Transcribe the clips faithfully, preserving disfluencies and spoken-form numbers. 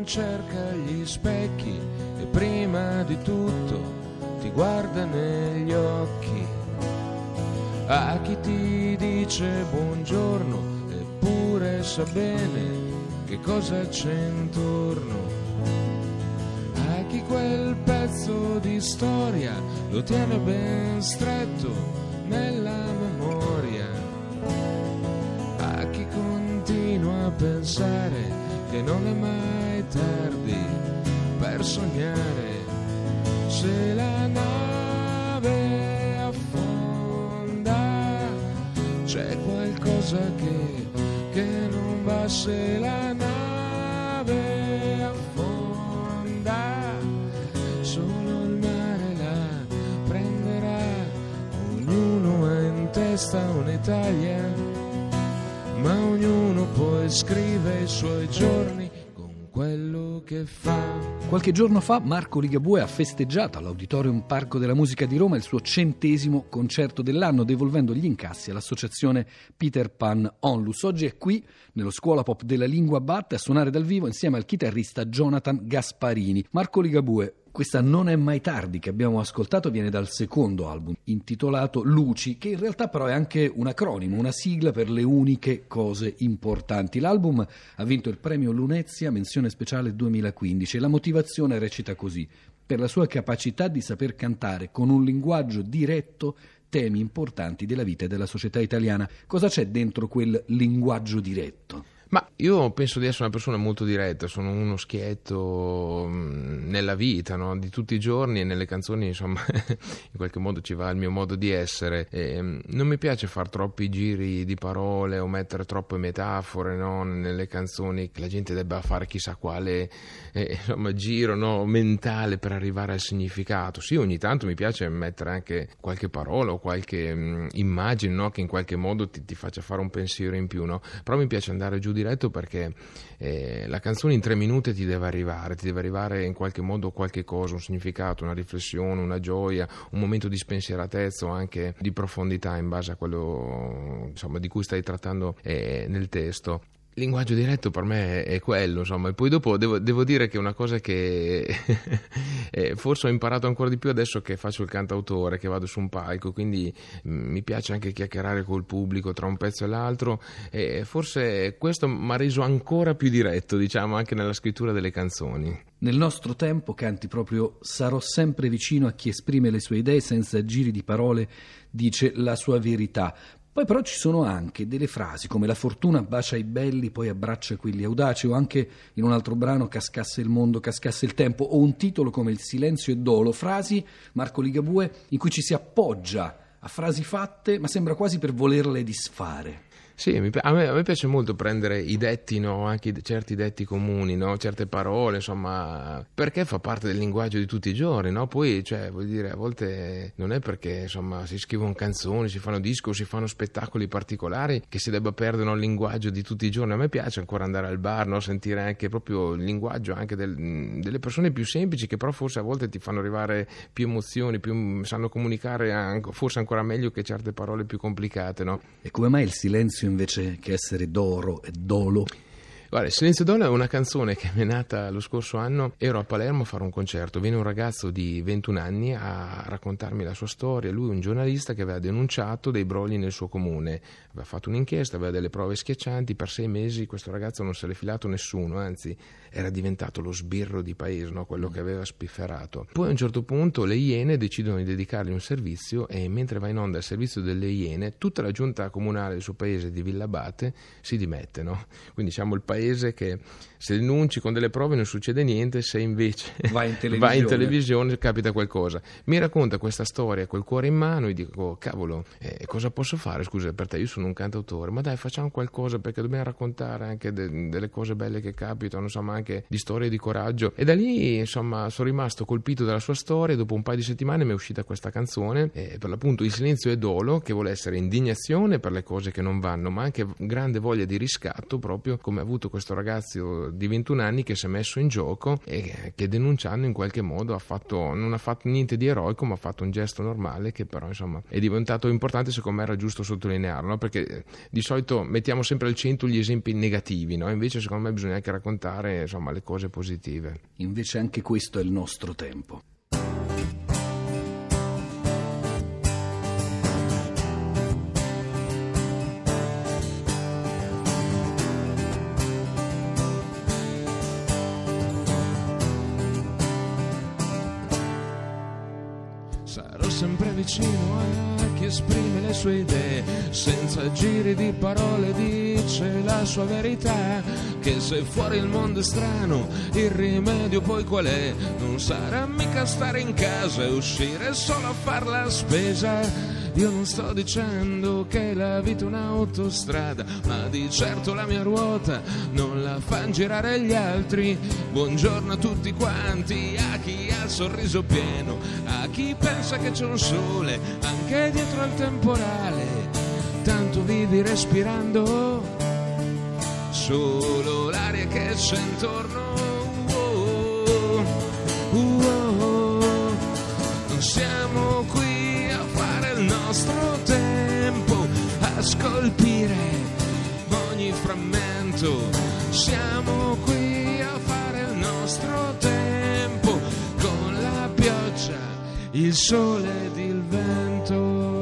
cerca gli specchi e prima di tutto ti guarda negli occhi. A chi ti dice buongiorno eppure sa bene che cosa c'è intorno. A chi quel pezzo di storia lo tiene ben stretto nella memoria. A chi continua a pensare che non è mai tardi per sognare. Se la nave affonda c'è qualcosa che, che non va. Se la nave affonda solo il mare la prenderà. Ognuno ha in testa un'Italia, ma ognuno poi scrive i suoi giorni con quello che fa. Qualche giorno fa Marco Ligabue ha festeggiato all'Auditorium Parco della Musica di Roma il suo centesimo concerto dell'anno, devolvendo gli incassi all'associazione Peter Pan Onlus. Oggi è qui, nello Scuola Pop della Lingua Batte, a suonare dal vivo insieme al chitarrista Jonathan Gasparini. Marco Ligabue, questa Non è mai tardi che abbiamo ascoltato viene dal secondo album, intitolato Luci, che in realtà però è anche un acronimo, una sigla per le uniche cose importanti. L'album ha vinto il premio Lunezia, menzione speciale duemilaquindici, e la motivazione recita così: per la sua capacità di saper cantare con un linguaggio diretto temi importanti della vita e della società italiana. Cosa c'è dentro quel linguaggio diretto? Ma io penso di essere una persona molto diretta, sono uno schietto nella vita, no? Di tutti i giorni, e nelle canzoni insomma in qualche modo ci va il mio modo di essere. E non mi piace far troppi giri di parole o mettere troppe metafore, no? Nelle canzoni, che la gente debba fare chissà quale eh, insomma, giro, no? mentale per arrivare al significato. Sì, ogni tanto mi piace mettere anche qualche parola o qualche mh, immagine, no? Che in qualche modo ti, ti faccia fare un pensiero in più, no? Però mi piace andare giù diretto perché eh, la canzone in tre minuti ti deve arrivare, ti deve arrivare in qualche modo qualche cosa, un significato, una riflessione, una gioia, un momento di spensieratezza o anche di profondità in base a quello insomma, di cui stai trattando eh, nel testo. Il linguaggio diretto per me è quello, insomma, e poi dopo devo, devo dire che è una cosa che eh, forse ho imparato ancora di più adesso che faccio il cantautore, che vado su un palco, quindi mh, mi piace anche chiacchierare col pubblico tra un pezzo e l'altro, e forse questo mi ha reso ancora più diretto, diciamo, anche nella scrittura delle canzoni. Nel nostro tempo canti proprio "sarò sempre vicino a chi esprime le sue idee senza giri di parole, dice la sua verità". Poi però ci sono anche delle frasi come "la fortuna bacia i belli, poi abbraccia quelli audaci", o anche in un altro brano "cascasse il mondo, cascasse il tempo", o un titolo come "il silenzio è dolo". Frasi, Marco Ligabue, in cui ci si appoggia a frasi fatte, ma sembra quasi per volerle disfare. Sì, a me, a me piace molto prendere i detti, no? Anche certi detti comuni, no? Certe parole, insomma, perché fa parte del linguaggio di tutti i giorni, no? Poi, cioè, vuol dire, a volte non è perché, insomma, si scrivono canzoni, si fanno disco, si fanno spettacoli particolari che si debba perdere il linguaggio di tutti i giorni. A me piace ancora andare al bar, no? Sentire anche proprio il linguaggio anche del, delle persone più semplici, che però forse a volte ti fanno arrivare più emozioni, più sanno comunicare anche, forse ancora meglio che certe parole più complicate, no? E come mai il silenzio invece che essere d'oro e dolo? Guarda, Silenzio Dolo è una canzone che mi è nata lo scorso anno. Ero a Palermo a fare un concerto, viene un ragazzo di ventuno anni a raccontarmi la sua storia. Lui è un giornalista che aveva denunciato dei brogli nel suo comune, aveva fatto un'inchiesta, aveva delle prove schiaccianti. Per sei mesi questo ragazzo non se l'è filato nessuno, anzi era diventato lo sbirro di paese, no? Quello che aveva spifferato. Poi a un certo punto le Iene decidono di dedicargli un servizio, e mentre va in onda il servizio delle Iene, tutta la giunta comunale del suo paese di Villabate si dimette, no? Quindi siamo il paese che se denunci con delle prove non succede niente, se invece vai in televisione, vai in televisione capita qualcosa. Mi racconta questa storia col cuore in mano e dico, cavolo, eh, cosa posso fare? Scusa, per te, io sono un cantautore, ma dai, facciamo qualcosa, perché dobbiamo raccontare anche de- delle cose belle che capitano, insomma, anche di storie di coraggio. E da lì, insomma, sono rimasto colpito dalla sua storia. Dopo un paio di settimane mi è uscita questa canzone, eh, per l'appunto Il silenzio è dolo, che vuole essere indignazione per le cose che non vanno, ma anche grande voglia di riscatto, proprio come ha avuto appunto questo ragazzo di ventuno anni che si è messo in gioco e che denunciando in qualche modo ha fatto, non ha fatto niente di eroico, ma ha fatto un gesto normale che però insomma è diventato importante. Secondo me era giusto sottolinearlo, no? Perché di solito mettiamo sempre al centro gli esempi negativi, no? Invece secondo me bisogna anche raccontare insomma le cose positive. Invece anche questo è il nostro tempo. Sarò sempre vicino a chi esprime le sue idee, senza giri di parole dice la sua verità, che se fuori il mondo è strano, il rimedio poi qual è? Non sarà mica stare in casa e uscire solo a far la spesa. Io non sto dicendo che la vita è un'autostrada, ma di certo la mia ruota non la fan girare gli altri. Buongiorno a tutti quanti, a chi ha il sorriso pieno, a chi pensa che c'è un sole anche dietro al temporale. Tanto vivi respirando solo l'aria che c'è intorno. Oh, oh, oh. Non siamo qui a fare il nostro tempo, a scolpire ogni frammento. Siamo qui a fare il nostro tempo, con la pioggia, il sole ed il vento.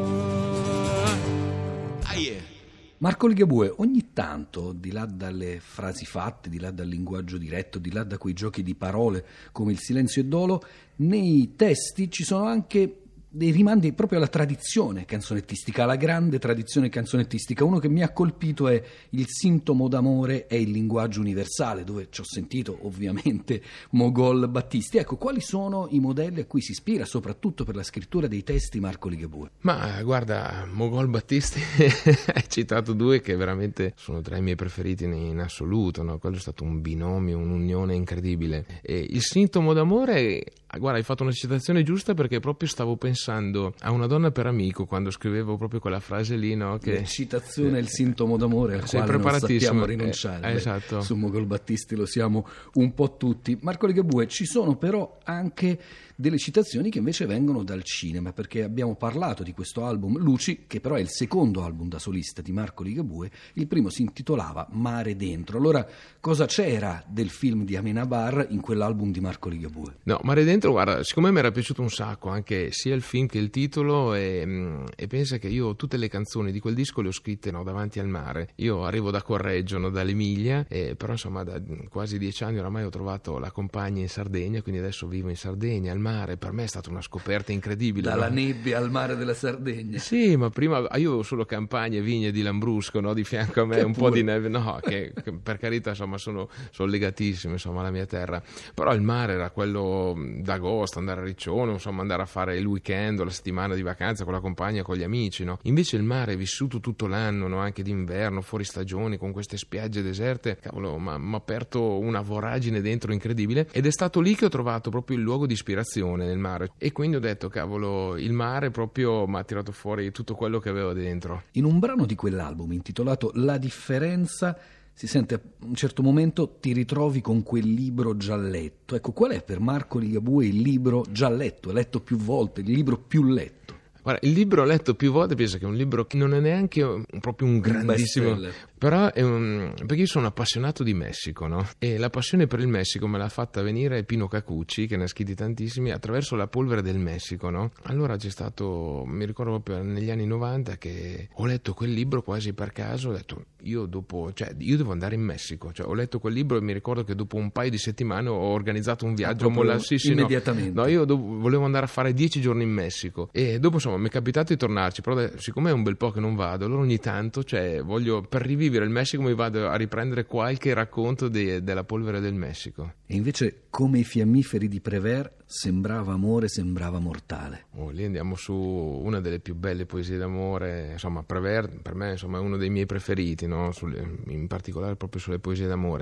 Ah, yeah. Marco Ligabue, ogni tanto, di là dalle frasi fatte, di là dal linguaggio diretto, di là da quei giochi di parole come il silenzio e dolo, nei testi ci sono anche dei rimandi proprio alla tradizione canzonettistica, alla grande tradizione canzonettistica. Uno che mi ha colpito è il sintomo d'amore è il linguaggio universale, dove ci ho sentito ovviamente Mogol Battisti. Ecco, quali sono i modelli a cui si ispira, soprattutto per la scrittura dei testi, Marco Ligabue? Ma guarda, Mogol Battisti hai citato due che veramente sono tra i miei preferiti in assoluto, no? Quello è stato un binomio, un'unione incredibile. E il sintomo d'amore, guarda, hai fatto una citazione giusta, perché proprio stavo pensando a una donna per amico quando scrivevo proprio quella frase lì, no? Che la citazione è il sintomo d'amore al sei quale non sappiamo eh, rinunciare. Eh, esatto. Su Mogol Battisti lo siamo un po' tutti. Marco Ligabue, ci sono però anche delle citazioni che invece vengono dal cinema, perché abbiamo parlato di questo album Luci, che però è il secondo album da solista di Marco Ligabue. Il primo si intitolava Mare Dentro. Allora, cosa c'era del film di Amenabar in quell'album di Marco Ligabue? No, Mare Dentro, guarda, siccome mi era piaciuto un sacco anche sia il film che il titolo, e, e pensa che io tutte le canzoni di quel disco le ho scritte, no, davanti al mare. Io arrivo da Correggio, no, dall'Emilia, e però insomma da quasi dieci anni oramai ho trovato la compagna in Sardegna, quindi adesso vivo in Sardegna, al mare. Per me è stata una scoperta incredibile. Dalla no? nebbia al mare della Sardegna. Sì, ma prima io avevo solo campagne, vigne di Lambrusco, no? Di fianco a me, che un pure. po' di neve, no, che, che per carità insomma sono, sono legatissimo insomma alla mia terra, però il mare era quello d'agosto, andare a Riccione, insomma andare a fare il weekend o la settimana di vacanza con la compagna, con gli amici, no? Invece il mare è vissuto tutto l'anno, no? Anche d'inverno, fuori stagione, con queste spiagge deserte, cavolo, mi ha aperto una voragine dentro incredibile, ed è stato lì che ho trovato proprio il luogo di ispirazione nel mare, e quindi ho detto cavolo, il mare proprio mi ha tirato fuori tutto quello che avevo dentro. In un brano di quell'album intitolato La differenza si sente a un certo momento ti ritrovi con quel libro già letto. Ecco, qual è per Marco Ligabue il libro già letto, letto più volte, il libro più letto? Guarda, il libro ho letto più volte, penso che è un libro che non è neanche un, proprio un grandissimo, però è un, perché io sono appassionato di Messico, no? E la passione per il Messico me l'ha fatta venire Pino Cacucci, che ne ha scritti tantissimi, attraverso La polvere del Messico, no? Allora c'è stato, mi ricordo proprio negli anni novanta che ho letto quel libro quasi per caso, ho detto io dopo, cioè io devo andare in Messico, cioè ho letto quel libro e mi ricordo che dopo un paio di settimane ho organizzato un viaggio, ah, molla, sì, sì, immediatamente. No, no io do, volevo andare a fare dieci giorni in Messico, e dopo insomma mi è capitato di tornarci, però siccome è un bel po' che non vado, allora ogni tanto, cioè voglio, per rivivere il Messico mi vado a riprendere qualche racconto de, della polvere del Messico. E invece come i fiammiferi di Prévert, sembrava amore, sembrava mortale. Oh, lì andiamo su una delle più belle poesie d'amore, insomma Prévert per me insomma è uno dei miei preferiti, no? Sulle, in particolare proprio sulle poesie d'amore.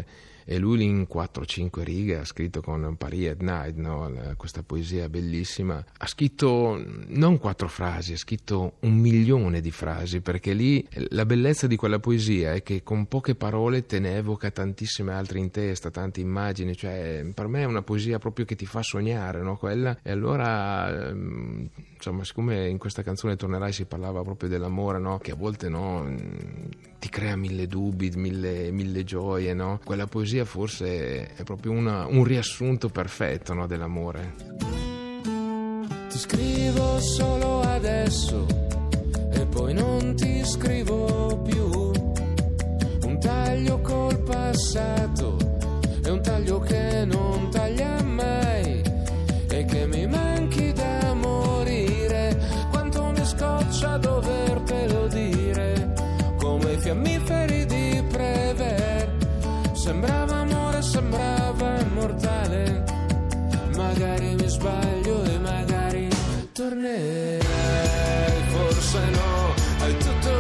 e lui in quattro cinque righe ha scritto con Paris at Night, no? Questa poesia bellissima, ha scritto non quattro frasi, ha scritto un milione di frasi, perché lì la bellezza di quella poesia è che con poche parole te ne evoca tantissime altre in testa, tante immagini, cioè per me è una poesia proprio che ti fa sognare, no? Quella, e allora insomma, siccome in questa canzone Tornerai si parlava proprio dell'amore, no? Che a volte, no, ti crea mille dubbi, mille, mille gioie, no? Quella poesia forse è proprio una, un riassunto perfetto, no, dell'amore. Ti scrivo solo adesso e poi non ti scrivo più. Un taglio col passato è un taglio che non taglia mai e che mi manchi da morire. Quanto mi scoccia dovertelo dire, come i fiammiferi di Prévert. Sembrava amore, sembrava immortale. Magari mi sbaglio e magari tornerai, forse no, hai tutto